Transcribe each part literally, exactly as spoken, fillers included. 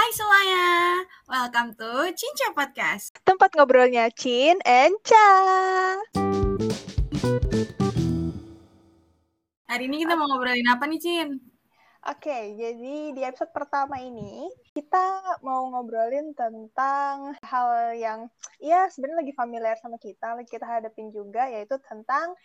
Hai semuanya, welcome to Cinca Podcast. Tempat ngobrolnya Cin and Cha. Hari ini kita mau ngobrolin apa nih, Cin? Oke, okay, jadi di episode pertama ini kita mau ngobrolin tentang hal yang ya sebenarnya lagi familiar sama kita, lagi kita hadapin juga, yaitu tentang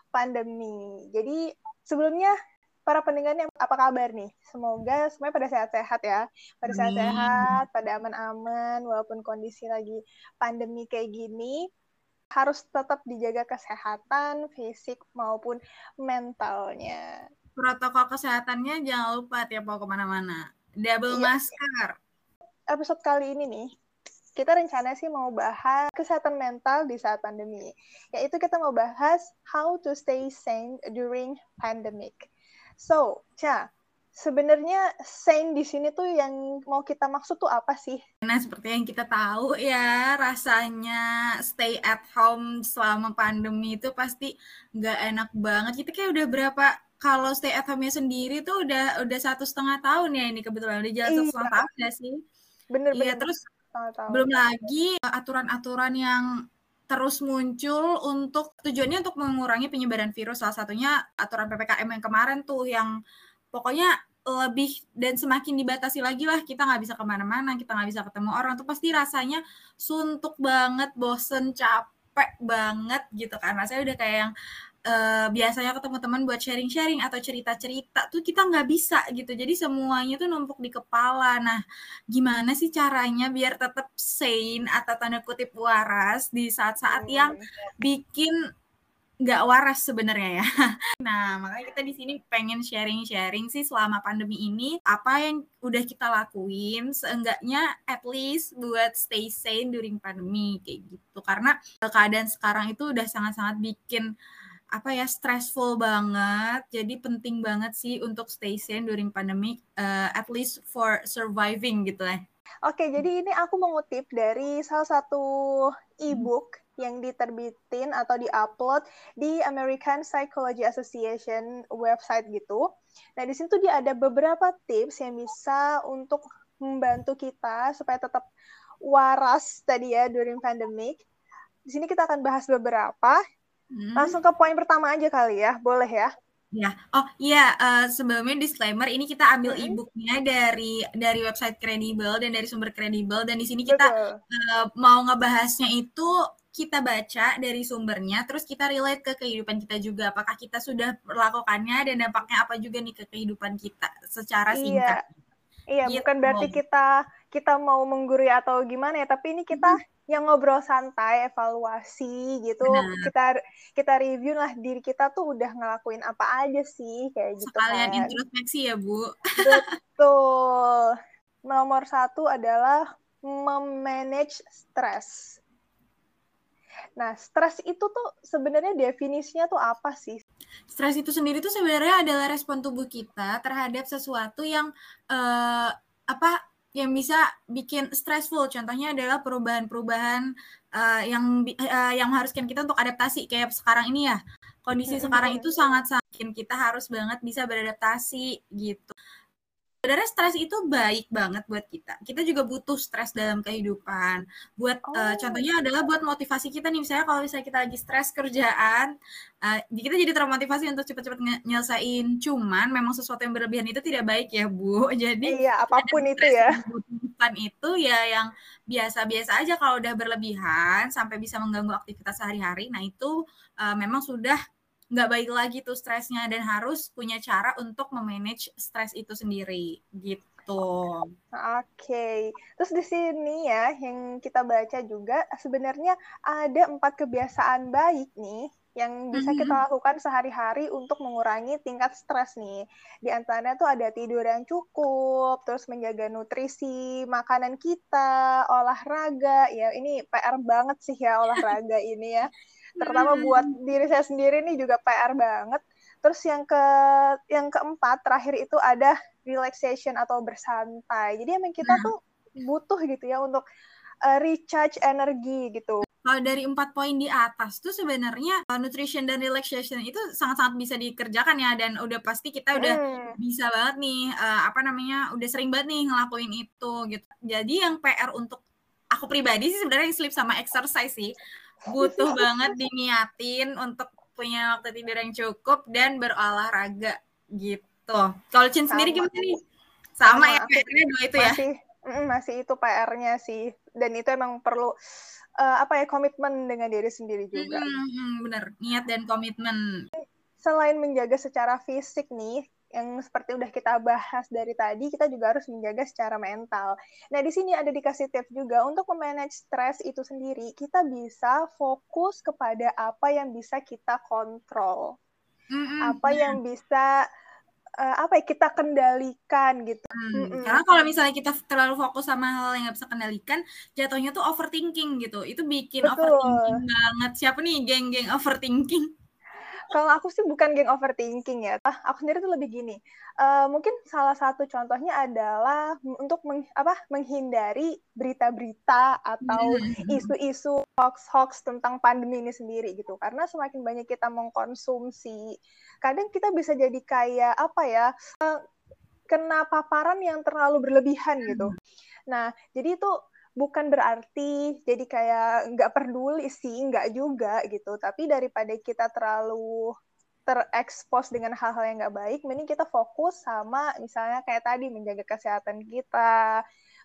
pandemi. Jadi sebelumnya para pendengarnya apa kabar nih? Semoga semuanya pada sehat-sehat ya. Pada sehat-sehat, pada aman-aman, walaupun kondisi lagi pandemi kayak gini, harus tetap dijaga kesehatan fisik maupun mentalnya. Protokol kesehatannya jangan lupa tiap mau kemana-mana. Double iya. Masker. Episode kali ini nih, kita rencana sih mau bahas kesehatan mental di saat pandemi. Yaitu kita mau bahas how to stay sane during pandemic. So, Cha, sebenarnya sane di sini tuh yang mau kita maksud tuh apa sih? Nah, seperti yang kita tahu ya, rasanya stay at home selama pandemi itu pasti nggak enak banget. Kita kayak udah berapa, kalau stay at home-nya sendiri tuh udah udah satu setengah tahun ya ini kebetulan. Udah jalan satu setengah tahun nggak sih? Bener-bener. Iya, terus belum lagi aturan-aturan yang terus muncul untuk tujuannya untuk mengurangi penyebaran virus. Salah satunya aturan P P K M yang kemarin tuh yang pokoknya lebih dan semakin dibatasi lagi lah, kita nggak bisa kemana-mana, kita nggak bisa ketemu orang, tuh pasti rasanya suntuk banget, bosen, capek banget gitu kan. Rasanya udah kayak yang uh, biasanya ketemu teman buat sharing-sharing atau cerita-cerita tuh kita nggak bisa gitu. Jadi semuanya tuh numpuk di kepala. Nah, gimana sih caranya biar tetap sane atau tanda kutip waras di saat-saat yang bikin nggak waras sebenarnya ya. Nah, makanya kita di sini pengen sharing-sharing sih selama pandemi ini apa yang udah kita lakuin seenggaknya at least buat stay sane during pandemi kayak gitu. Karena keadaan sekarang itu udah sangat-sangat bikin apa ya stressful banget. Jadi penting banget sih untuk stay sane during pandemic, uh, at least for surviving gitu lah. Oke, jadi ini aku mengutip dari salah satu e-book yang diterbitin atau diupload di American Psychology Association website gitu. Nah, di situ dia ada beberapa tips yang bisa untuk membantu kita supaya tetap waras tadi ya during pandemic. Di sini kita akan bahas beberapa. Hmm. Langsung ke poin pertama aja kali ya, boleh ya? Ya, oh iya, uh, sebelumnya disclaimer, ini kita ambil mm-hmm. e-booknya dari dari website kredibel dan dari sumber kredibel, dan di sini kita uh, mau ngebahasnya itu kita baca dari sumbernya, terus kita relate ke kehidupan kita juga, apakah kita sudah melakukannya dan dampaknya apa juga nih ke kehidupan kita secara singkat. Iya, iya gitu. Bukan berarti kita kita mau menggurui atau gimana ya, tapi ini kita mm-hmm. yang ngobrol santai, evaluasi gitu. Benar. Kita kita review lah diri kita tuh udah ngelakuin apa aja sih kayak gitu. Sekalian kan. Introspeksi ya, Bu. Betul. Nomor satu adalah memanage stres. Nah, stres itu tuh sebenarnya definisinya tuh apa sih? Stres itu sendiri tuh sebenarnya adalah respon tubuh kita terhadap sesuatu yang uh, apa yang bisa bikin stressful. Contohnya adalah perubahan-perubahan uh, yang uh, yang mengharuskan kita untuk adaptasi kayak sekarang ini ya. Kondisi mm-hmm. sekarang itu sangat-sangat bikin kita harus banget bisa beradaptasi gitu. Sebenarnya stres itu baik banget buat kita. Kita juga butuh stres dalam kehidupan. Buat oh. uh, contohnya adalah buat motivasi kita nih. Misalnya kalau misalnya kita lagi stres kerjaan, uh, kita jadi termotivasi untuk cepat-cepat nyelesain. Cuman memang sesuatu yang berlebihan itu tidak baik ya, Bu. Jadi iya, apapun itu ya. Bukan itu ya yang biasa-biasa aja. Kalau udah berlebihan sampai bisa mengganggu aktivitas sehari-hari, nah itu uh, memang sudah nggak baik lagi tuh stresnya, dan harus punya cara untuk memanage stres itu sendiri gitu. Oke, okay. Terus di sini ya yang kita baca juga sebenarnya ada empat kebiasaan baik nih yang bisa mm-hmm. kita lakukan sehari-hari untuk mengurangi tingkat stres nih. Di antaranya tuh ada tidur yang cukup, terus menjaga nutrisi, makanan kita, olahraga. Ya ini P R banget sih ya olahraga ini ya. Terutama buat diri saya sendiri nih juga P R banget. Terus yang ke yang keempat terakhir itu ada relaxation atau bersantai. Jadi emang kita tuh butuh gitu ya untuk uh, recharge energi gitu. Kalau dari empat poin di atas tuh sebenarnya uh, nutrition dan relaxation itu sangat-sangat bisa dikerjakan ya, dan udah pasti kita udah Mm. bisa banget nih uh, apa namanya udah sering banget nih ngelakuin itu gitu. Jadi yang P R untuk aku pribadi sih sebenarnya sleep sama exercise sih, butuh banget diniatin untuk punya waktu tidur yang cukup dan berolahraga gitu. Kalau Cin sendiri gimana nih? Sama, sama ya P R-nya dua itu ya? masih mm, masih itu P R-nya sih, dan itu emang perlu uh, apa ya komitmen dengan diri sendiri juga. Hmm, bener, niat dan komitmen. Selain menjaga secara fisik nih, yang seperti udah kita bahas dari tadi, kita juga harus menjaga secara mental. Nah, di sini ada dikasih tips juga untuk memanage stres itu sendiri. Kita bisa fokus kepada apa yang bisa kita kontrol, mm-hmm. apa yeah. yang bisa uh, apa ya kita kendalikan gitu. Hmm, karena kalau misalnya kita terlalu fokus sama hal yang nggak bisa kendalikan, jatuhnya tuh overthinking gitu. Itu bikin Betul. overthinking banget. Siapa nih geng-geng overthinking? Kalau aku sih bukan geng overthinking ya. Ah, aku sendiri tuh lebih gini. Uh, mungkin salah satu contohnya adalah untuk meng, apa, menghindari berita-berita atau isu-isu hoax-hoax tentang pandemi ini sendiri gitu. Karena semakin banyak kita mengkonsumsi, kadang kita bisa jadi kayak apa ya, uh, kena paparan yang terlalu berlebihan gitu. Nah, jadi itu bukan berarti jadi kayak nggak peduli sih, nggak juga gitu. Tapi daripada kita terlalu terekspos dengan hal-hal yang nggak baik, mending kita fokus sama misalnya kayak tadi menjaga kesehatan kita,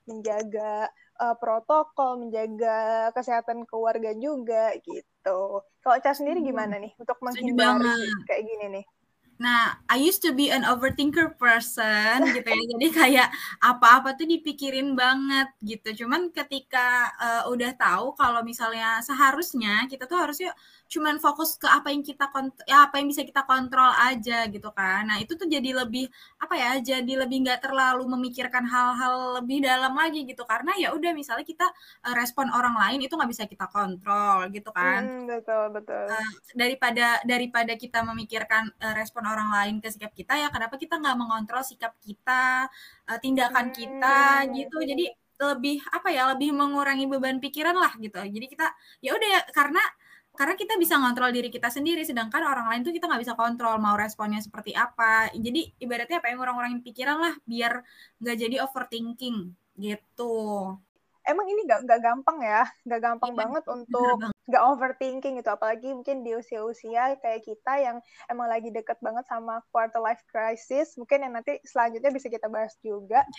menjaga uh, protokol, menjaga kesehatan keluarga juga gitu. Kalau Ca sendiri gimana nih untuk menghindari kayak gini nih? Nah, I used to be an overthinker person gitu ya. Jadi kayak apa-apa tuh dipikirin banget gitu. Cuman ketika uh, udah tahu kalau misalnya seharusnya kita tuh harusnya cuman fokus ke apa yang kita kont- ya apa yang bisa kita kontrol aja gitu kan. Nah, itu tuh jadi lebih apa ya? Jadi lebih nggak terlalu memikirkan hal-hal lebih dalam lagi gitu. Karena ya udah misalnya kita uh, respon orang lain itu nggak bisa kita kontrol gitu kan. Mm, betul, betul. Uh, daripada daripada kita memikirkan uh, respon orang lain ke sikap kita, ya kenapa kita nggak mengontrol sikap kita, uh, tindakan kita gitu. Jadi lebih apa ya, lebih mengurangi beban pikiran lah gitu. Jadi kita ya udah ya karena karena kita bisa ngontrol diri kita sendiri, sedangkan orang lain tuh kita nggak bisa kontrol mau responnya seperti apa. Jadi ibaratnya apa yang ngurang-ngurangin pikiran lah biar nggak jadi overthinking gitu. Emang ini nggak nggak gampang ya, nggak gampang ya, banget untuk nggak overthinking gitu, apalagi mungkin di usia-usia kayak kita yang emang lagi deket banget sama quarter life crisis, mungkin yang nanti selanjutnya bisa kita bahas juga.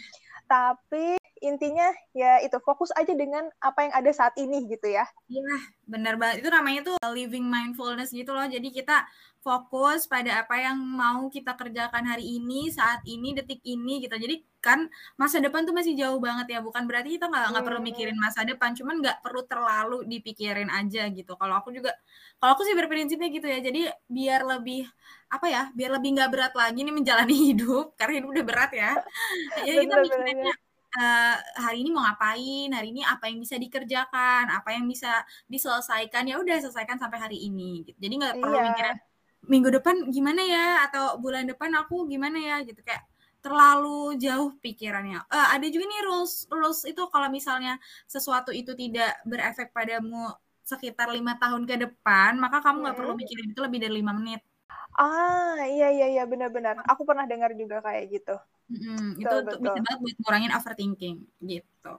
Tapi intinya ya itu fokus aja dengan apa yang ada saat ini gitu ya. Iya, benar banget. Itu namanya tuh living mindfulness gitu loh. Jadi kita fokus pada apa yang mau kita kerjakan hari ini, saat ini, detik ini gitu. Jadi kan masa depan tuh masih jauh banget ya. Bukan berarti kita nggak nggak hmm. perlu mikirin masa depan, cuman nggak perlu terlalu dipikirin aja gitu. Kalau aku juga, kalau aku sih berprinsipnya gitu ya. Jadi biar lebih apa ya, biar lebih nggak berat lagi nih menjalani hidup, karena hidup udah berat ya. Jadi kita mikirinnya Uh, hari ini mau ngapain, hari ini apa yang bisa dikerjakan, apa yang bisa diselesaikan, ya udah selesaikan sampai hari ini gitu. Jadi nggak perlu iya. mikirin minggu depan gimana ya atau bulan depan aku gimana ya gitu, kayak terlalu jauh pikirannya. Uh, ada juga nih rules rules itu kalau misalnya sesuatu itu tidak berefek padamu sekitar lima tahun ke depan, maka kamu nggak mm-hmm. perlu mikirin itu lebih dari lima menit. Ah, iya iya iya benar-benar. Aku pernah dengar juga kayak gitu. Mm-hmm. Itu betul, untuk bisa banget buat ngurangin overthinking gitu.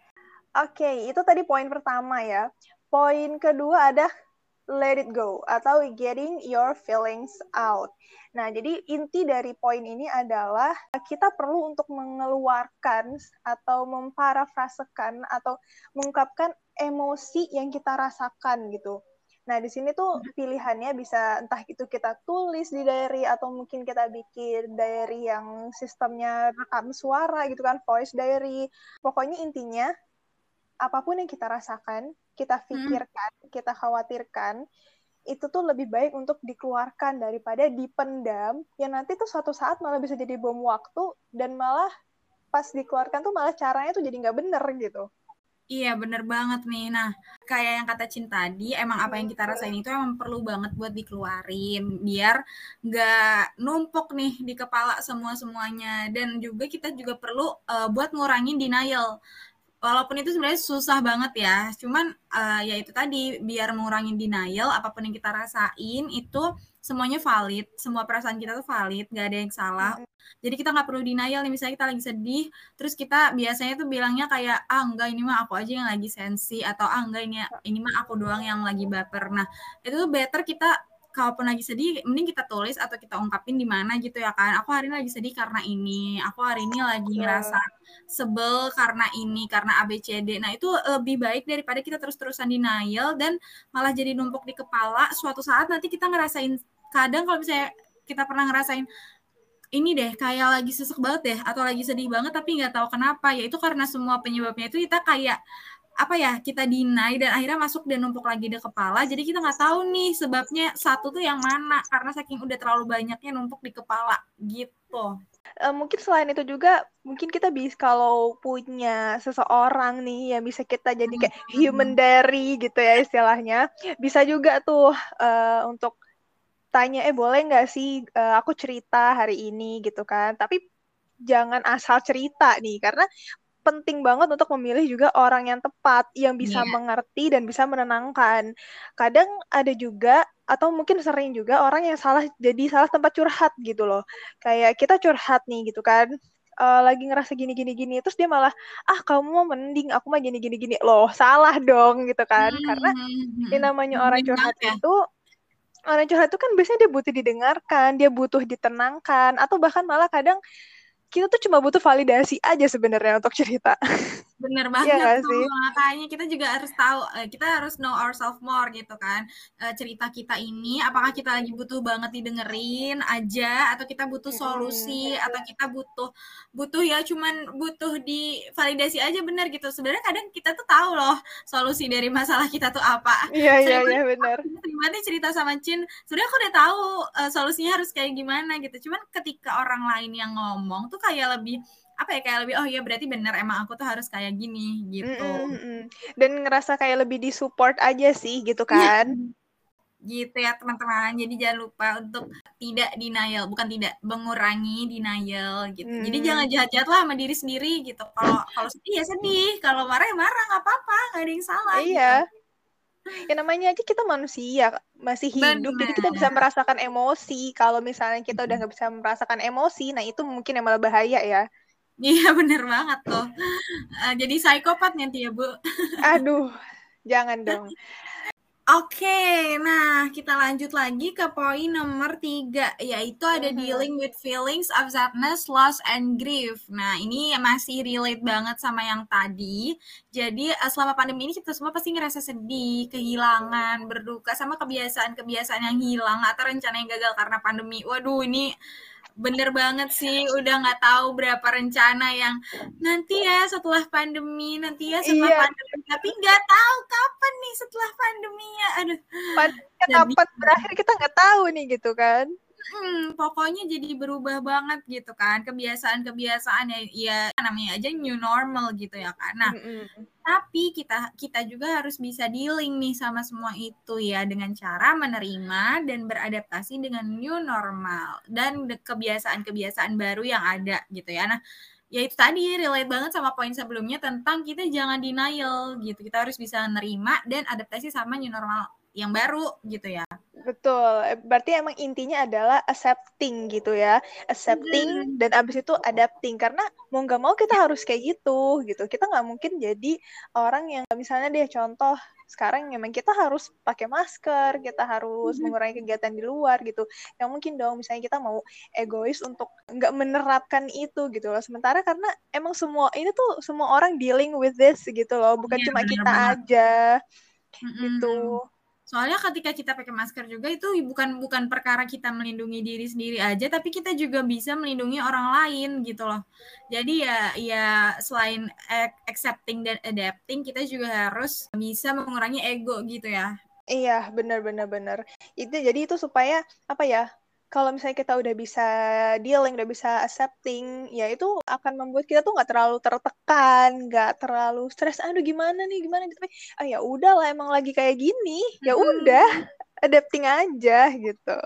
Oke, okay, itu tadi poin pertama ya. Poin kedua ada let it go atau getting your feelings out. Nah, jadi inti dari poin ini adalah kita perlu untuk mengeluarkan atau memparafrasekan atau mengungkapkan emosi yang kita rasakan gitu. Nah, di sini tuh pilihannya bisa entah itu kita tulis di diary atau mungkin kita bikin diary yang sistemnya rekam suara gitu kan, voice diary. Pokoknya intinya apapun yang kita rasakan, kita pikirkan, hmm. kita khawatirkan, itu tuh lebih baik untuk dikeluarkan daripada dipendam, yang nanti tuh suatu saat malah bisa jadi bom waktu, dan malah pas dikeluarkan tuh malah caranya tuh jadi nggak bener gitu. Iya, bener banget nih. Nah, kayak yang kata Cin tadi, emang apa yang kita rasain itu emang perlu banget buat dikeluarin, biar nggak numpuk nih di kepala semua-semuanya. Dan juga kita juga perlu uh, buat ngurangin denial. walaupun itu sebenarnya susah banget ya, cuman uh, ya itu tadi, biar mengurangi denial, apapun yang kita rasain itu semuanya valid, semua perasaan kita tuh valid, gak ada yang salah. Mm-mm. Jadi kita nggak perlu denial nih, misalnya kita lagi sedih, terus kita biasanya tuh bilangnya kayak, ah enggak ini mah aku aja yang lagi sensi, atau ah enggak ini, ini mah aku doang yang lagi baper. Nah itu tuh better kita, kalaupun lagi sedih, mending kita tulis atau kita ungkapin di mana gitu ya kan. Aku hari ini lagi sedih karena ini, aku hari ini lagi ngerasa sebel karena ini, karena A B C D. Nah itu lebih baik daripada kita terus-terusan denial dan malah jadi numpuk di kepala. Suatu saat nanti kita ngerasain, kadang kalau misalnya kita pernah ngerasain ini deh, kayak lagi sesek banget deh, atau lagi sedih banget tapi nggak tahu kenapa, ya itu karena semua penyebabnya itu kita kayak apa ya, kita deny dan akhirnya masuk dan numpuk lagi di kepala, jadi kita nggak tahu nih sebabnya satu tuh yang mana, karena saking udah terlalu banyaknya numpuk di kepala gitu. Uh, mungkin selain itu juga, mungkin kita bisa kalau punya seseorang nih yang bisa kita jadi kayak human diary gitu ya istilahnya, bisa juga tuh uh, untuk tanya, eh boleh nggak sih uh, aku cerita hari ini gitu kan, tapi jangan asal cerita nih, karena penting banget untuk memilih juga orang yang tepat, yang bisa yeah. mengerti dan bisa menenangkan. Kadang ada juga, atau mungkin sering juga orang yang salah, jadi salah tempat curhat gitu loh. Kayak kita curhat nih gitu kan, uh, lagi ngerasa gini-gini-gini, terus dia malah, ah kamu mau mending, aku mah gini-gini-gini. Loh, salah dong gitu kan. Hmm. Karena yang namanya orang curhat ya. itu, orang curhat itu kan biasanya dia butuh didengarkan, dia butuh ditenangkan, atau bahkan malah kadang kita tuh cuma butuh validasi aja sebenarnya untuk cerita. Bener banget ya, tuh, makanya kita juga harus tahu, kita harus know ourselves more gitu kan. Cerita kita ini, apakah kita lagi butuh banget didengerin aja, atau kita butuh solusi, hmm. atau kita butuh butuh ya cuman butuh divalidasi aja, bener gitu. Sebenarnya kadang kita tuh tahu loh solusi dari masalah kita tuh apa. Iya iya iya benar. Gimana cerita sama Cin, sebenarnya aku udah tahu uh, solusinya harus kayak gimana gitu. Cuman ketika orang lain yang ngomong tuh kayak lebih apa ya, kayak lebih oh ya berarti bener emang aku tuh harus kayak gini gitu. Mm-mm. Dan ngerasa kayak lebih disupport aja sih gitu kan. Gitu ya teman-teman, jadi jangan lupa untuk tidak denial, bukan tidak, mengurangi denial gitu. Hmm. Jadi jangan jahat-jahat lah sama diri sendiri gitu. Kalau kalau sedih ya sedih, kalau marah ya marah, nggak apa-apa, nggak ada yang salah. Iya. Gitu. Ya namanya aja kita manusia, masih hidup, bener. Jadi kita bisa merasakan emosi. Kalau misalnya kita udah nggak bisa merasakan emosi, nah itu mungkin yang malah bahaya ya. Iya bener banget tuh. Uh, jadi psikopat nanti ya Bu. Aduh, jangan dong. Oke, okay, nah kita lanjut lagi ke poin nomor tiga, yaitu ada uh-huh. dealing with feelings of sadness, loss, and grief. Nah ini masih relate banget sama yang tadi. Jadi selama pandemi ini kita semua pasti ngerasa sedih, kehilangan, berduka sama kebiasaan-kebiasaan yang hilang atau rencana yang gagal karena pandemi. Waduh ini bener banget sih, udah nggak tahu berapa rencana yang nanti ya setelah pandemi, nanti ya setelah iya. pandemi, tapi nggak tahu kapan nih setelah pandeminya. Aduh, kapan berakhir kita nggak tahu nih gitu kan. Hmm, pokoknya jadi berubah banget gitu kan, kebiasaan-kebiasaan ya, ya namanya aja new normal gitu ya kan. Nah, mm-hmm. tapi kita kita juga harus bisa dealing nih sama semua itu ya, dengan cara menerima dan beradaptasi dengan new normal dan kebiasaan-kebiasaan baru yang ada gitu ya. Nah, ya itu tadi relate banget sama poin sebelumnya tentang kita jangan denial gitu. Kita harus bisa menerima dan adaptasi sama new normal yang baru gitu ya. Betul, berarti emang intinya adalah accepting gitu ya, accepting mm-hmm. dan abis itu adapting, karena mau nggak mau kita harus kayak gitu gitu. Kita nggak mungkin jadi orang yang misalnya deh contoh sekarang memang kita harus pakai masker, kita harus mm-hmm. mengurangi kegiatan di luar gitu. Yang mungkin dong misalnya kita mau egois untuk nggak menerapkan itu gitu loh. Sementara karena emang semua ini tuh semua orang dealing with this gitu loh, bukan yeah, cuma kita banget. aja mm-hmm. gitu. Soalnya ketika kita pakai masker juga itu bukan bukan perkara kita melindungi diri sendiri aja, tapi kita juga bisa melindungi orang lain gitu loh. Jadi ya ya selain accepting dan adapting, kita juga harus bisa mengurangi ego gitu ya. Iya, benar-benar benar. Itu jadi itu supaya apa ya? Kalau misalnya kita udah bisa dealing, udah bisa accepting, ya itu akan membuat kita tuh nggak terlalu tertekan, nggak terlalu stres. Aduh gimana nih, gimana gitu. Ah ya udahlah, emang lagi kayak gini, ya udah, adapting aja gitu.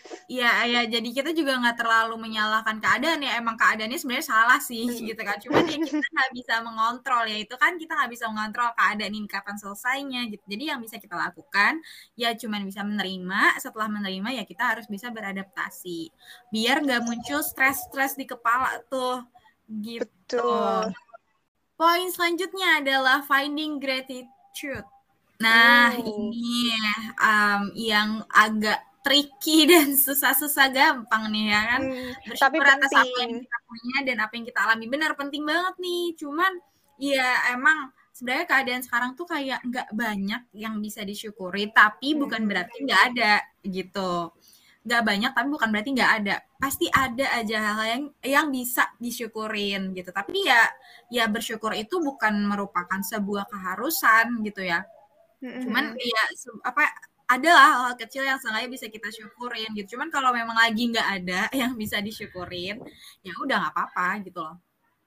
Iya, ya, jadi kita juga nggak terlalu menyalahkan keadaan ya, emang keadaannya sebenarnya salah sih gitu kan. Cuman ya kita nggak bisa mengontrol ya, itu kan kita nggak bisa mengontrol keadaan ini kapan selesainya gitu. Jadi yang bisa kita lakukan ya cuman bisa menerima, setelah menerima ya kita harus bisa beradaptasi. Biar nggak muncul stres-stres di kepala tuh gitu. Betul. Poin selanjutnya adalah finding gratitude. Nah, Hmm. ini um, yang agak tricky dan susah-susah gampang nih ya kan. Hmm, tapi Bersyukur atas apa yang penting. kita punya dan apa yang kita alami. Benar, penting banget nih. Cuman ya emang sebenarnya keadaan sekarang tuh kayak nggak banyak yang bisa disyukuri, tapi bukan Hmm. berarti nggak ada gitu. Nggak banyak, tapi bukan berarti nggak ada. Pasti ada aja hal-hal yang yang bisa disyukurin gitu. Tapi ya ya bersyukur itu bukan merupakan sebuah keharusan gitu ya. Cuman ya se- apa adalah hal kecil yang sengaja bisa kita syukurin gitu. Cuman kalau memang lagi nggak ada yang bisa disyukurin, ya udah nggak apa-apa gitu loh.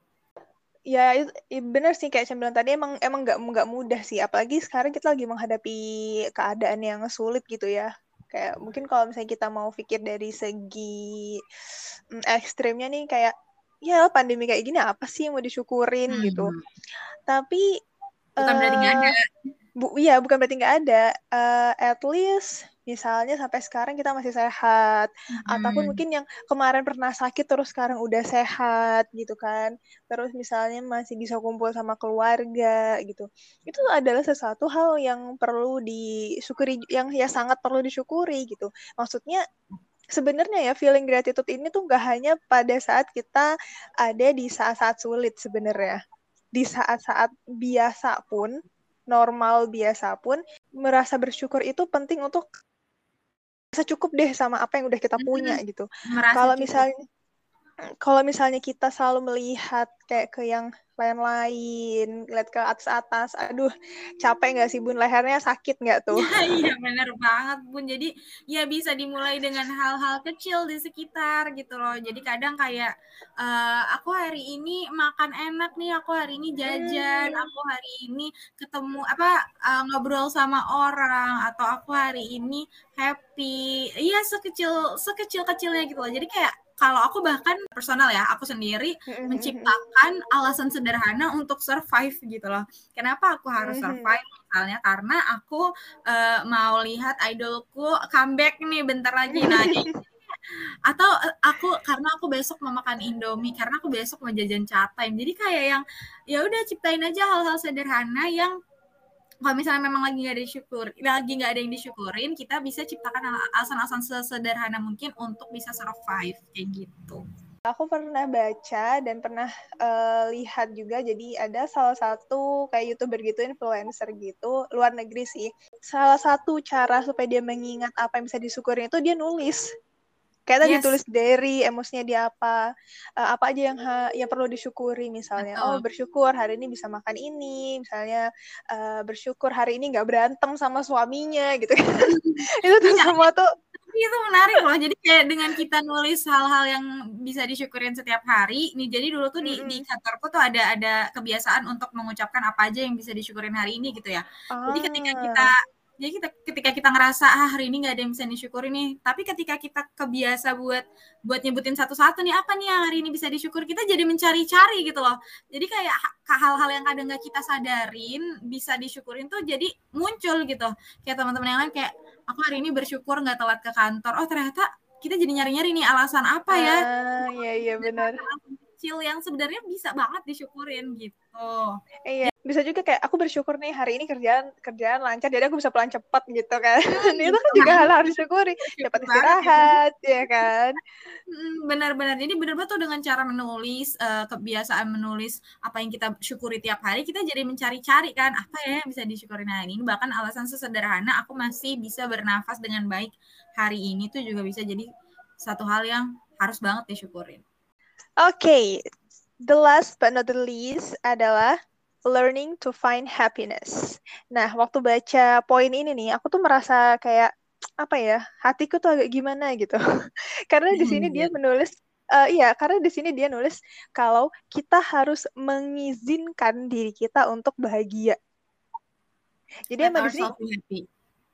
Ya itu i- bener sih kayak saya bilang tadi, emang emang nggak nggak mudah sih, apalagi sekarang kita lagi menghadapi keadaan yang sulit gitu ya. Kayak mungkin kalau misalnya kita mau pikir dari segi mm, ekstrimnya nih, kayak ya pandemi kayak gini apa sih yang mau disyukurin gitu. Hmm. Tapi Bukan berarti nggak ada. eh bu iya bukan berarti nggak ada. Eh, at least misalnya sampai sekarang kita masih sehat, ataupun Hmm. mungkin yang kemarin pernah sakit terus sekarang udah sehat gitu kan. Terus misalnya masih bisa kumpul sama keluarga gitu. Itu adalah sesuatu hal yang perlu disyukuri, yang ya sangat perlu disyukuri gitu. Maksudnya sebenarnya ya feeling gratitude ini tuh nggak hanya pada saat kita ada di saat-saat sulit sebenarnya. Di saat-saat biasa pun, normal biasa pun, merasa bersyukur itu penting untuk merasa cukup deh sama apa yang udah kita punya Hmm. gitu. Merasa Kalau cukup. misalnya kalau misalnya kita selalu melihat kayak ke yang lain-lain, lihat ke atas-atas, aduh capek nggak sih Bun, lehernya sakit nggak tuh? Iya bener banget Bun. Jadi ya bisa dimulai dengan hal-hal kecil di sekitar gitu loh. Jadi kadang kayak uh, aku hari ini makan enak nih, aku hari ini jajan, Hmm. aku hari ini ketemu apa uh, ngobrol sama orang, atau aku hari ini happy. Iya sekecil sekecil kecilnya gitu loh. Jadi kayak kalau aku bahkan personal ya, aku sendiri menciptakan alasan sederhana untuk survive gitu loh. Kenapa aku harus survive? Misalnya karena aku uh, mau lihat idolku comeback nih bentar lagi. Nah, atau uh, aku karena aku besok mau makan Indomie, karena aku besok mau jajan cat time. Jadi kayak yang ya udah ciptain aja hal-hal sederhana yang kalau misalnya memang lagi nggak ada disyukur, lagi nggak ada yang disyukurin, kita bisa ciptakan alasan-alasan sesederhana mungkin untuk bisa survive kayak gitu. Aku pernah baca dan pernah uh, lihat juga, jadi ada salah satu kayak YouTuber gitu, influencer gitu, luar negeri sih. Salah satu cara supaya dia mengingat apa yang bisa disyukurin itu dia nulis. Kayak tadi Yes. tulis diary, emosinya dia apa, uh, apa aja yang ha- yang perlu disyukuri misalnya. Betul. Oh bersyukur hari ini bisa makan ini, misalnya uh, bersyukur hari ini nggak berantem sama suaminya gitu. Itu tuh Iya, semua tuh. itu menarik loh. Jadi kayak dengan kita nulis hal-hal yang bisa disyukurin setiap hari. Nih jadi dulu tuh di, di kantorku tuh ada ada kebiasaan untuk mengucapkan apa aja yang bisa disyukurin hari ini gitu ya. Ah. Jadi ketika kita jadi kita, ketika kita ngerasa ah hari ini nggak ada yang bisa disyukuri nih, tapi ketika kita kebiasa buat buat nyebutin satu-satu nih apa nih yang hari ini bisa disyukur, kita jadi mencari-cari gitu loh. Jadi kayak hal-hal yang kadang nggak kita sadarin bisa disyukurin tuh jadi muncul gitu. Kayak teman-teman yang lain kayak aku hari ini bersyukur nggak telat ke kantor. Oh ternyata kita jadi nyari-nyari nih alasan apa ya? Ah, iya iya benar. Alasan kecil yang sebenarnya bisa banget disyukurin gitu. Iya, bisa juga kayak aku bersyukur nih hari ini kerjaan kerjaan lancar, jadi aku bisa pulang cepat gitu kan. Hmm, Itu kan juga hal harus disyukuri. Dapat istirahat, ya kan. Benar-benar. Jadi benar-benar tuh dengan cara menulis, uh, kebiasaan menulis apa yang kita syukuri tiap hari, kita jadi mencari-cari kan apa ya yang bisa disyukurin hari ini. Bahkan alasan sesederhana aku masih bisa bernafas dengan baik hari ini tuh juga bisa jadi satu hal yang harus banget disyukurin. Oke, okay. The last but not the least adalah learning to find happiness. Nah, waktu baca poin ini nih, aku tuh merasa kayak apa ya, hatiku tuh agak gimana gitu. Karena di sini dia menulis, uh, iya, karena di sini dia nulis kalau kita harus mengizinkan diri kita untuk bahagia. Jadi emang di sini,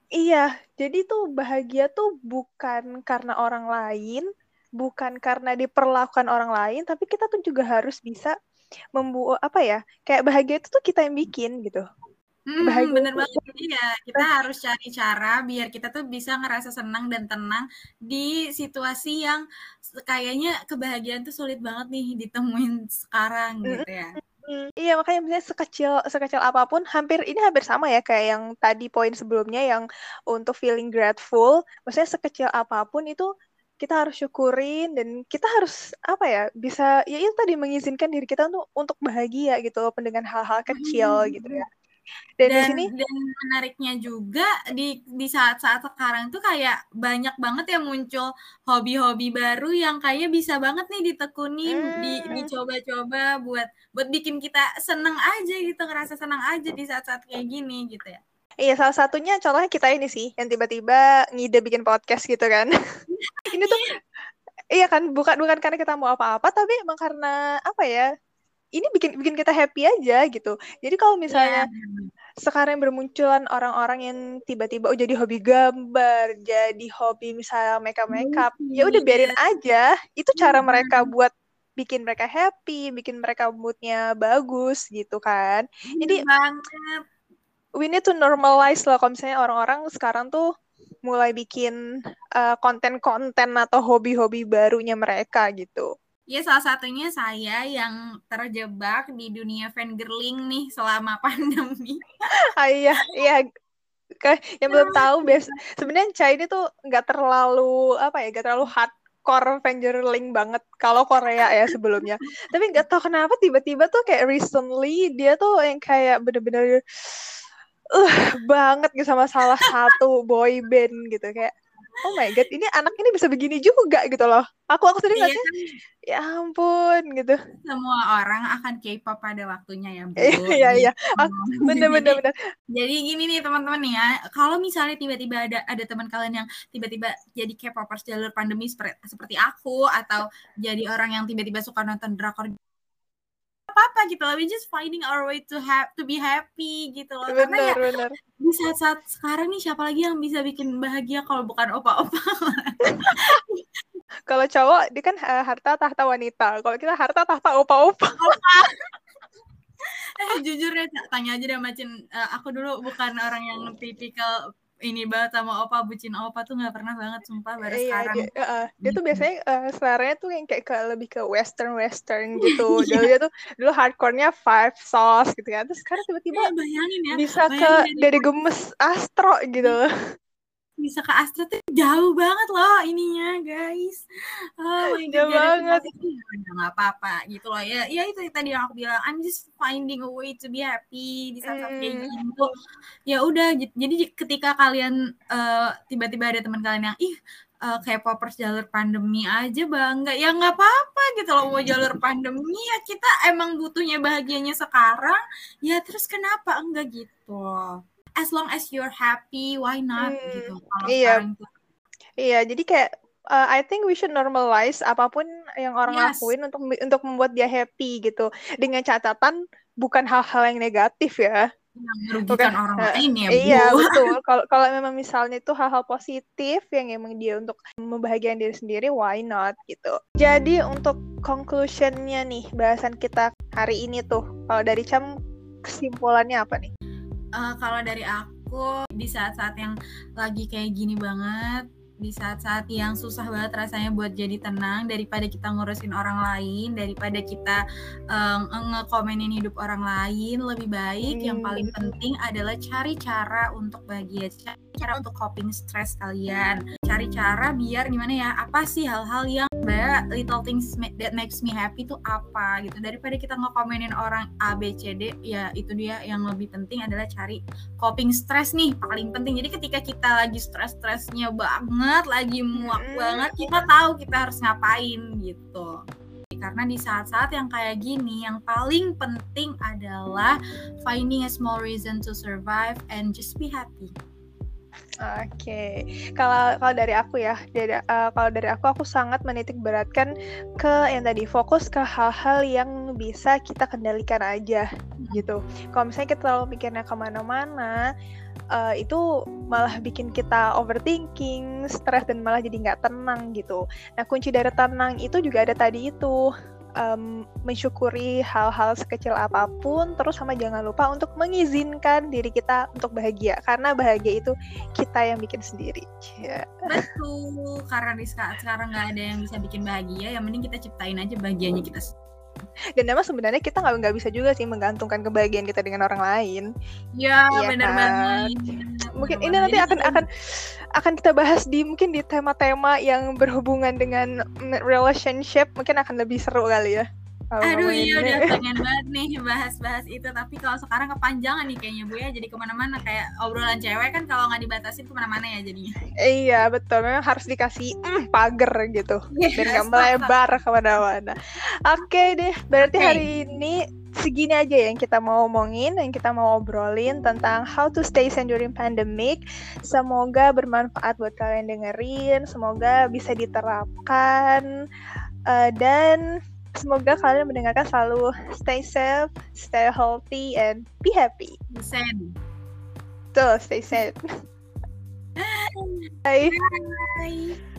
Iya, jadi tuh bahagia tuh bukan karena orang lain, bukan karena diperlakukan orang lain, tapi kita tuh juga harus bisa membuat apa ya? Kayak bahagia itu tuh kita yang bikin gitu. Hmm, Bahagia bener itu banget. Jadi ya kita harus cari cara biar kita tuh bisa ngerasa senang dan tenang di situasi yang kayaknya kebahagiaan tuh sulit banget nih ditemuin sekarang Mm-mm. gitu ya. Hmm, iya, makanya misalnya sekecil sekecil apapun, hampir ini hampir sama ya kayak yang tadi poin sebelumnya yang untuk feeling grateful. Maksudnya sekecil apapun itu kita harus syukurin dan kita harus apa ya bisa ya itu tadi mengizinkan diri kita untuk untuk bahagia gitu walaupun dengan hal-hal kecil gitu ya. Dan di Dan sini dan menariknya juga di di saat-saat sekarang tuh kayak banyak banget yang muncul hobi-hobi baru yang kayaknya bisa banget nih ditekuni, di hmm, dicoba-coba buat buat bikin kita seneng aja gitu, ngerasa senang aja di saat-saat kayak gini gitu ya. iya salah satunya contohnya kita ini sih yang tiba-tiba ngide bikin podcast gitu kan. Ini tuh iya kan bukan bukan karena kita mau apa-apa tapi emang karena apa ya? Ini bikin bikin kita happy aja gitu. Jadi kalau Iya, misalnya sekarang bermunculan orang-orang yang tiba-tiba oh jadi hobi gambar, jadi hobi misalnya makeup makeup, ya udah biarin melukis. aja. Itu cara mereka Mhm, buat bikin mereka happy, bikin mereka moodnya bagus gitu kan. bener Jadi banget. we need to normalize lah kalau misalnya orang-orang sekarang tuh mulai bikin uh, konten-konten atau hobi-hobi barunya mereka gitu. Ya salah satunya saya yang terjebak di dunia fangirling nih selama pandemi. Ah, iya, iya. Kayak yang belum tahu biasa sebenarnya Chai ini tuh nggak terlalu apa ya nggak terlalu hardcore Evangeling banget kalau Korea ya sebelumnya tapi nggak tahu kenapa tiba-tiba tuh kayak recently dia tuh yang kayak bener-bener uh banget gitu sama salah satu boy band gitu kayak oh my god ini anak ini bisa begini juga gitu loh aku aku sendiri Iya ngeliatnya kan, ya ampun gitu. semua orang akan K-pop pada waktunya ya, Bu, Iya iya gitu. ah, bener bener Jadi bener jadi gini nih teman-teman nih ya, kalau misalnya tiba-tiba ada ada teman kalian yang tiba-tiba jadi K-popers jalur pandemi seperti seperti aku atau jadi orang yang tiba-tiba suka nonton drakor apa gitu loh, we just finding our way to have to be happy gitu loh. Karena bener ya bener di saat-saat sekarang nih siapa lagi yang bisa bikin bahagia kalau bukan opa-opa. kalau cowok dia kan uh, harta tahta wanita kalau kita harta tahta opa-opa. Eh jujur ya tanya aja deh macin uh, aku dulu bukan orang yang tipikal ini banget sama opa, bucin opa tuh nggak pernah banget sumpah baru Iya, sekarang dia, uh, dia tuh gitu. biasanya uh, seleranya tuh yang kayak ke lebih ke western western gitu. Dulu Iya, dia tuh dulu hardcore-nya Five Sauce gitu kan. Terus sekarang tiba-tiba eh, bayangin ya, bisa ke bayangin dari dari gemes Astro gitu. bisa ke Astra tuh jauh banget loh ininya guys. Oh my god, Jauh gak ada banget. terima kasih udah nggak apa-apa gitu loh ya. Ya itu tadi yang aku bilang, I'm just finding a way to be happy di saat-saat kayak Hmm, gini tuh. Ya udah, jadi ketika kalian uh, tiba-tiba ada teman kalian yang ih uh, kayak popers jalur pandemi aja bangga, ya nggak apa-apa gitu loh mau jalur pandemi ya kita emang butuhnya bahagianya sekarang. Ya terus kenapa enggak gitu? As long as you're happy, why not hmm, gitu. Kalau iya, sekarang tuh, iya. Jadi kayak uh, I think we should normalize apapun yang orang yes, lakuin untuk untuk membuat dia happy gitu. Dengan catatan bukan hal-hal yang negatif ya. yang Oke, merugikan orang eh, lain ya, iya Bu. betul. Kalau kalau memang misalnya itu hal-hal positif yang emang dia untuk membahagiakan diri sendiri, why not gitu. Jadi untuk conclusionnya nih bahasan kita hari ini tuh, kalau dari Cam kesimpulannya apa nih? Uh, kalau dari aku di saat-saat yang lagi kayak gini banget, di saat-saat yang susah banget rasanya buat jadi tenang daripada kita ngurusin orang lain, daripada kita um, ngekomenin hidup orang lain, lebih baik yang Hmm, paling penting adalah cari cara untuk bahagia, cari cara untuk coping stress kalian, cari cara biar gimana ya, apa sih hal-hal yang sebenarnya little things that makes me happy itu apa gitu, daripada kita ngekomenin orang A B C D, ya itu dia yang lebih penting adalah cari coping stress nih paling penting. Jadi ketika kita lagi stres-stresnya banget, lagi muak hmm, banget, kita tahu kita harus ngapain gitu. Karena di saat-saat yang kayak gini, yang paling penting adalah finding a small reason to survive and just be happy. Oke, okay. kalau kalau dari aku ya, dari, uh, kalau dari aku aku sangat menitik beratkan ke yang tadi, fokus ke hal-hal yang bisa kita kendalikan aja gitu. Kalau misalnya kita terlalu mikirnya kemana-mana, uh, itu malah bikin kita overthinking, stres dan malah jadi nggak tenang gitu. Nah kunci dari tenang itu juga ada tadi itu. Um, mensyukuri hal-hal sekecil apapun, terus sama jangan lupa untuk mengizinkan diri kita untuk bahagia, karena bahagia itu kita yang bikin sendiri. Yeah. Betul, karena di saat sekarang nggak ada yang bisa bikin bahagia, yang mending kita ciptain aja bahagianya kita. Dan memang sebenarnya kita nggak nggak bisa juga sih menggantungkan kebahagiaan kita dengan orang lain. Ya, ya benar kan? banget. Mungkin bener ini banget. nanti akan akan akan kita bahas di mungkin di tema-tema yang berhubungan dengan relationship, mungkin akan lebih seru kali ya. Aduh iya udah pengen banget nih bahas-bahas itu, tapi kalau sekarang kepanjangan nih kayaknya Bu ya, jadi kemana-mana kayak obrolan cewek kan kalau nggak dibatasin kemana-mana ya jadinya. Iya betul, memang harus dikasih mm, pagar gitu, yes, biar nggak melebar kemana-mana. Oke okay deh, berarti okay. Hari ini segini aja yang kita mau omongin, yang kita mau obrolin tentang how to stay sane during pandemic. Semoga bermanfaat buat kalian dengerin, semoga bisa diterapkan, uh, dan semoga kalian mendengarkan selalu stay safe, stay healthy, and be happy. Stay sane. Tuh, stay sane. Bye. Bye.